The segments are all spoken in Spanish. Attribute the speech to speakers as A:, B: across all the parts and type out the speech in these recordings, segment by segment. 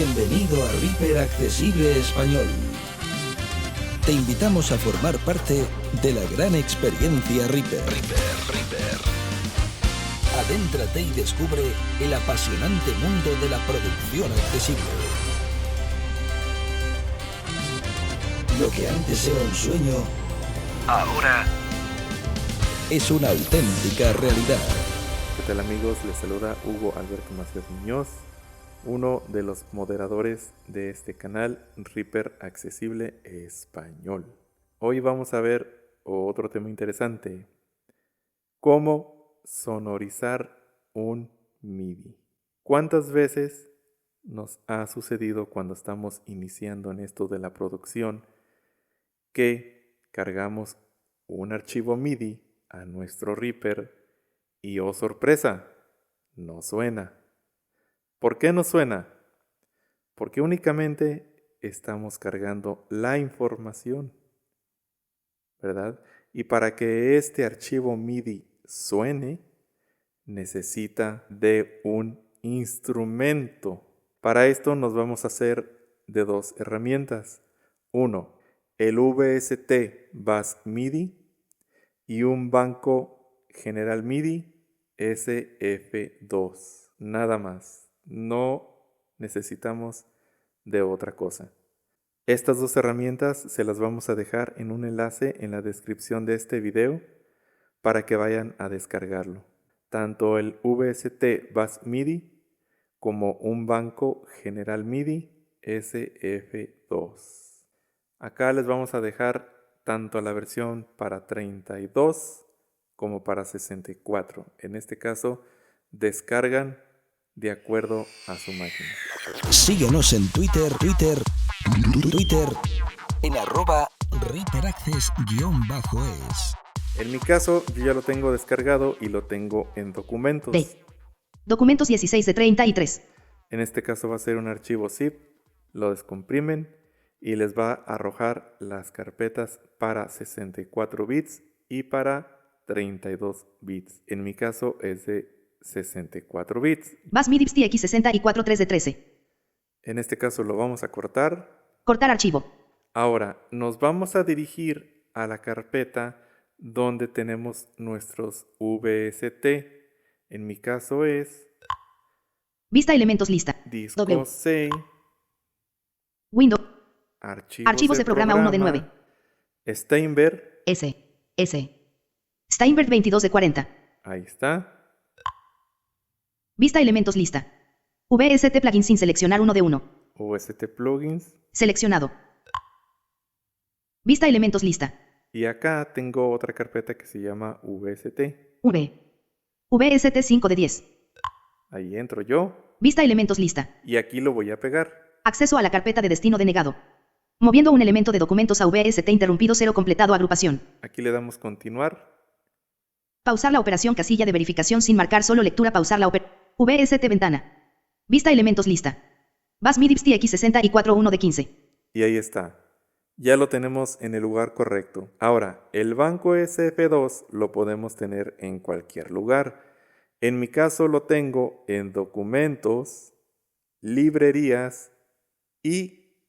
A: Bienvenido a Reaper Accesible Español. Te invitamos a formar parte de la gran experiencia Reaper. Adéntrate y descubre el apasionante mundo de la producción accesible. Lo que antes era un sueño, ahora es una auténtica realidad.
B: ¿Qué tal, amigos? Les saluda Hugo Alberto Macías Muñoz, uno de los moderadores de este canal Reaper Accesible Español. Hoy vamos a ver otro tema interesante: cómo sonorizar un MIDI. ¿Cuántas veces nos ha sucedido cuando estamos iniciando en esto de la producción que cargamos un archivo MIDI a nuestro Reaper y, oh sorpresa, no suena? ¿Por qué no suena? Porque únicamente estamos cargando la información, ¿verdad? Y para que este archivo MIDI suene, necesita de un instrumento. Para esto nos vamos a hacer de dos herramientas. Uno, el VST Bass MIDI y un banco General MIDI SF2. Nada más. No necesitamos de otra cosa. Estas dos herramientas se las vamos a dejar en un enlace en la descripción de este video para que vayan a descargarlo. Tanto el VST Bass MIDI como un banco General MIDI SF2. Acá les vamos a dejar tanto la versión para 32 como para 64. En este caso, descargan de acuerdo a su máquina.
A: Síguenos en Twitter en @ReaperAccess_es.
B: En mi caso, yo ya lo tengo descargado y lo tengo en documentos.
C: Documentos 16 de 33.
B: En este caso va a ser un archivo zip, lo descomprimen y les va a arrojar las carpetas para 64 bits y para 32 bits. En mi caso es de 64 bits.
C: Bass MIDI X64 3 de 13.
B: En este caso lo vamos a cortar.
C: Cortar archivo.
B: Ahora nos vamos a dirigir a la carpeta donde tenemos nuestros VST. En mi caso es
C: Vista elementos lista.
B: disco
C: W.
B: C,
C: Windows.
B: archivos
C: de programa 1 de 9.
B: Steinberg.
C: S. Steinberg 22 de 40.
B: Ahí está.
C: Vista elementos lista. VST plugin sin seleccionar 1 de 1.
B: VST plugins.
C: Seleccionado. Vista elementos lista.
B: Y acá tengo otra carpeta que se llama VST.
C: VST 5 de 10.
B: Ahí entro yo.
C: Vista elementos lista.
B: Y aquí lo voy a pegar.
C: Acceso a la carpeta de destino denegado. Moviendo un elemento de documentos a VST interrumpido 0 completado agrupación.
B: Aquí le damos continuar.
C: Pausar la operación casilla de verificación sin marcar solo lectura. Pausar la operación. VST ventana. Vista elementos lista. Bass MIDI X64 1 de 15.
B: Y ahí está. Ya lo tenemos en el lugar correcto. Ahora, el banco SF2 lo podemos tener en cualquier lugar. En mi caso lo tengo en documentos, librerías y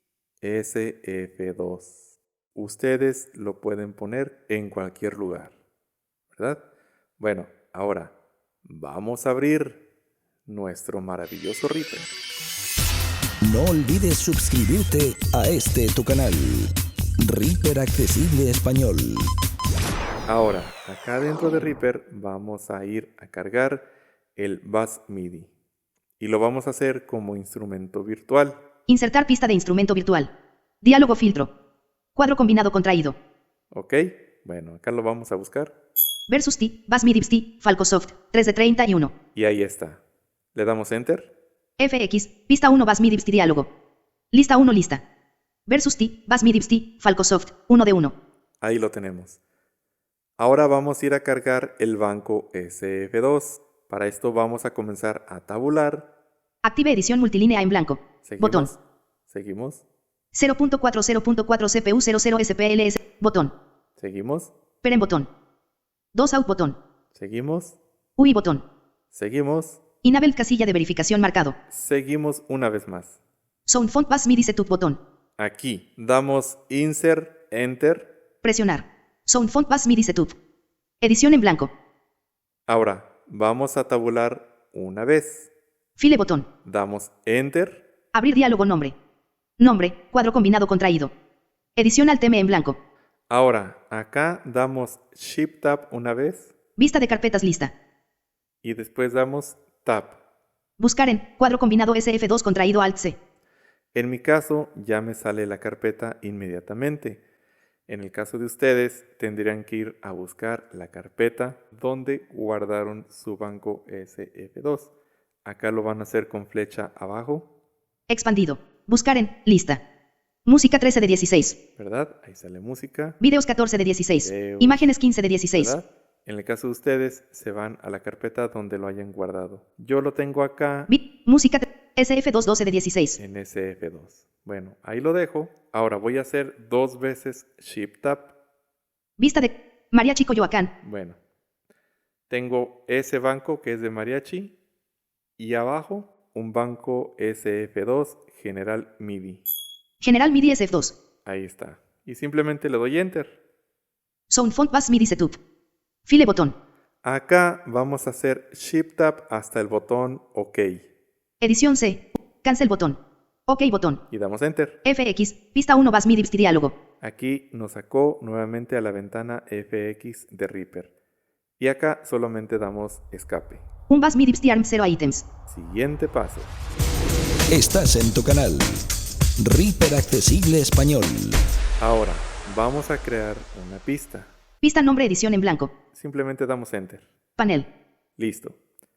B: SF2. Ustedes lo pueden poner en cualquier lugar, ¿verdad? Bueno, ahora vamos a abrir nuestro maravilloso Reaper.
A: No olvides suscribirte a tu canal, Reaper Accesible Español.
B: Ahora, acá dentro de Reaper vamos a ir a cargar el Bass MIDI. Y lo vamos a hacer como instrumento virtual.
C: Insertar pista de instrumento virtual. Diálogo filtro. Cuadro combinado contraído.
B: Ok, bueno, acá lo vamos a buscar.
C: Versus T, Bass MIDI T, Falcosoft, 3 de 31.
B: Y ahí está. Le damos Enter.
C: FX, pista 1 Bass MIDI T diálogo. Lista 1 lista. Versus T, Bass MIDI T, Falcosoft, 1 de 1.
B: Ahí lo tenemos. Ahora vamos a ir a cargar el banco SF2. Para esto vamos a comenzar a tabular.
C: Active edición multilínea en blanco.
B: Seguimos.
C: Botón.
B: Seguimos.
C: 0.4 CPU 00 SPLS. Botón.
B: Seguimos.
C: Peren botón. 2 out botón.
B: Seguimos.
C: UI botón.
B: Seguimos.
C: Enable casilla de verificación marcado.
B: Seguimos una vez más.
C: Sound Font Bass MIDI Setup botón.
B: Aquí damos Insert, Enter.
C: Presionar. Sound Font Bass MIDI Setup. Edición en blanco.
B: Ahora vamos a tabular una vez.
C: File botón.
B: Damos Enter.
C: Abrir diálogo nombre. Nombre, cuadro combinado contraído. Edición al tema en blanco.
B: Ahora acá damos Shift Tab una vez
C: Vista de carpetas lista.
B: y después damos Tab.
C: Buscar en cuadro combinado SF2 contraído Alt C.
B: En mi caso ya me sale la carpeta inmediatamente. En el caso de ustedes tendrían que ir a buscar la carpeta donde guardaron su banco SF2. Acá lo van a hacer con flecha abajo,
C: Expandido. Buscar en lista. Música 13 de 16.
B: ¿verdad? Ahí sale música,
C: Videos 14 de 16.
B: Videos.
C: Imágenes 15 de 16.
B: ¿verdad? En el caso de ustedes se van a la carpeta donde lo hayan guardado. Yo lo tengo acá
C: Música SF2 12 de 16.
B: en SF2. Bueno, ahí lo dejo. Ahora voy a hacer 2 veces Shift Tab.
C: Vista de Mariachi Coyoacán.
B: Bueno, tengo ese banco que es de mariachi y abajo un banco SF2 General MIDI.
C: General MIDI SF2.
B: Ahí está. Y simplemente le doy Enter.
C: Sound Font Bass MIDI Setup. File botón.
B: Acá vamos a hacer Shift Tab hasta el botón OK
C: Edición C. Cancel botón. OK botón.
B: y damos Enter.
C: FX. Pista 1 Bass MIDI diálogo.
B: Aquí nos sacó nuevamente a la ventana FX de Reaper. Y acá solamente damos escape.
C: Un Bass MIDI ARM 0 items.
B: Siguiente paso.
A: Estás en tu canal. Reaper Accesible Español.
B: Ahora vamos a crear una pista.
C: Pista nombre edición en blanco.
B: Simplemente damos Enter.
C: Panel.
B: Listo.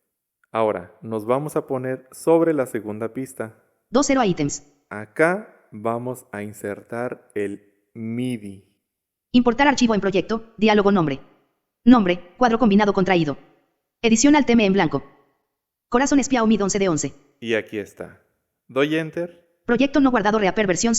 B: Ahora nos vamos a poner sobre la segunda pista.
C: 2 0 items.
B: Acá vamos a insertar el MIDI.
C: Importar archivo en proyecto. Diálogo nombre. Nombre. Cuadro combinado contraído. Edición al tema en blanco. Corazón espiao MID 11 de 11.
B: Y aquí está. Doy Enter
C: Proyecto no guardado Reaper versión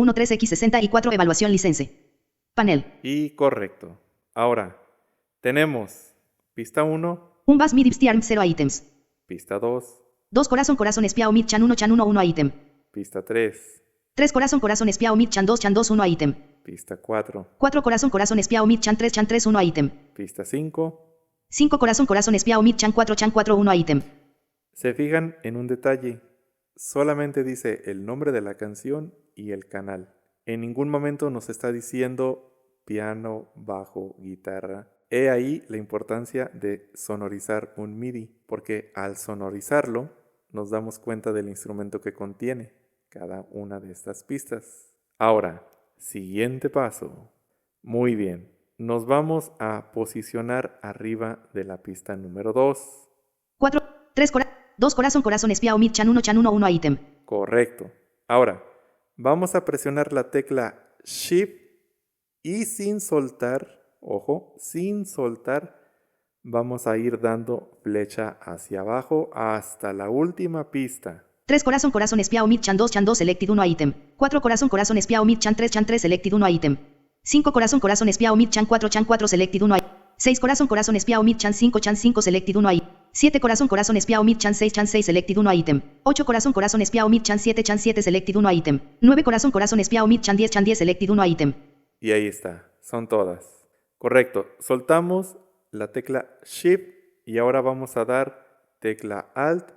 C: 6.13x64 evaluación license. Panel.
B: y correcto. Ahora tenemos pista 1,
C: Un Bass MIDI ARM 0 items.
B: pista 2,
C: 2 corazón espiao MID chan 1 item.
B: pista 3,
C: 3 corazón espiao MID chan 2 1 item.
B: pista 4,
C: 4 corazón espiao MID chan 3 1 item.
B: pista 5.
C: 5 corazón espiao MID chan 4 1 item.
B: Se fijan en un detalle. Solamente dice el nombre de la canción y el canal. En ningún momento nos está diciendo piano, bajo, guitarra. He ahí la importancia de sonorizar un MIDI, porque al sonorizarlo nos damos cuenta del instrumento que contiene cada una de estas pistas. Ahora, siguiente paso. Muy bien, nos vamos a posicionar arriba de la pista número 2.
C: 4, 3 2 corazón espiao MID chan 1 item.
B: Correcto. Ahora, vamos a presionar la tecla Shift y sin soltar, ojo, sin soltar, vamos a ir dando flecha hacia abajo hasta la última pista.
C: 3 corazón espiao MID chan 2 selected 1 item. 4 corazón espiao MID chan 3 selected 1 item. 5 corazón espiao MID chan 4 selected 1 item. 6 corazón espiao MID chan 5 selected 1 item. 7 corazón espiao MID chan 6 selected 1 item. 8 corazón espiao MID chan 7 selected 1 item. 9 corazón espiao MID chan 10 selected 1 item.
B: Y ahí está, son todas. Correcto, soltamos la tecla Shift y ahora vamos a dar tecla Alt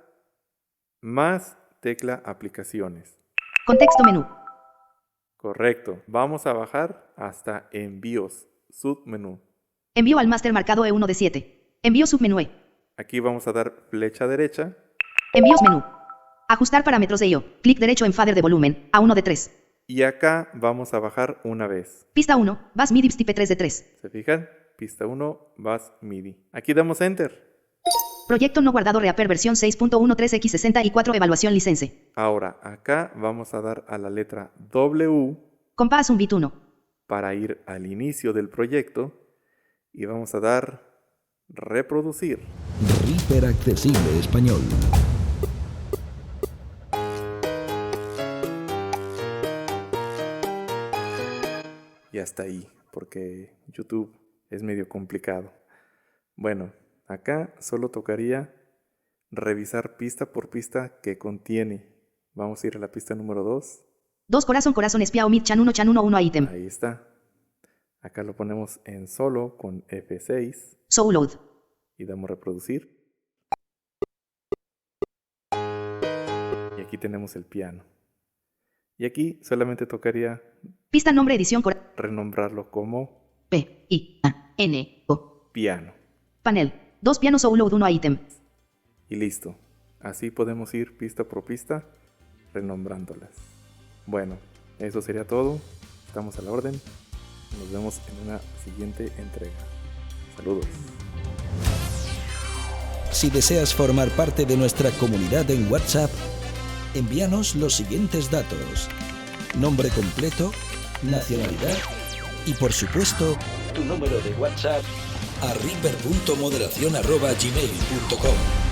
B: más tecla Aplicaciones.
C: Contexto menú.
B: Correcto, vamos a bajar hasta Envíos, submenú.
C: Envío al máster marcado E1 de 7. Envío submenú E.
B: Aquí vamos a dar flecha derecha.
C: Envíos menú. Ajustar parámetros de IO. Clic derecho en fader de volumen. A1 de 3.
B: Y acá vamos a bajar una vez.
C: Pista 1. Bass MIDI type 3 de 3.
B: ¿Se fijan? Pista 1, Bass MIDI. Aquí damos Enter.
C: Proyecto no guardado Reaper versión 6.13x64 evaluación license.
B: Ahora, acá vamos a dar a la letra W
C: Compás un bit 1.
B: para ir al inicio del proyecto y vamos a dar Reproducir.
A: Reaper Accesible Español.
B: Y hasta ahí, porque YouTube es medio complicado. Bueno, acá solo tocaría revisar pista por pista que contiene. Vamos a ir a la pista número 2.
C: 2 corazón espía omit chan 1 ítem.
B: Ahí está. Acá lo ponemos en solo con F6
C: Soulload.
B: y damos reproducir. Y aquí tenemos el piano. Y aquí solamente tocaría
C: Pista nombre edición
B: renombrarlo como
C: P-I-A-N-O.
B: piano.
C: Panel. 2 pianos Soulload 1 ítem.
B: Y listo. Así podemos ir pista por pista renombrándolas. Bueno, eso sería todo. Estamos a la orden. Nos vemos en una siguiente entrega. Saludos.
A: Si deseas formar parte de nuestra comunidad en WhatsApp, envíanos los siguientes datos: nombre completo, nacionalidad y, por supuesto, tu número de WhatsApp a reaper.moderacion@gmail.com.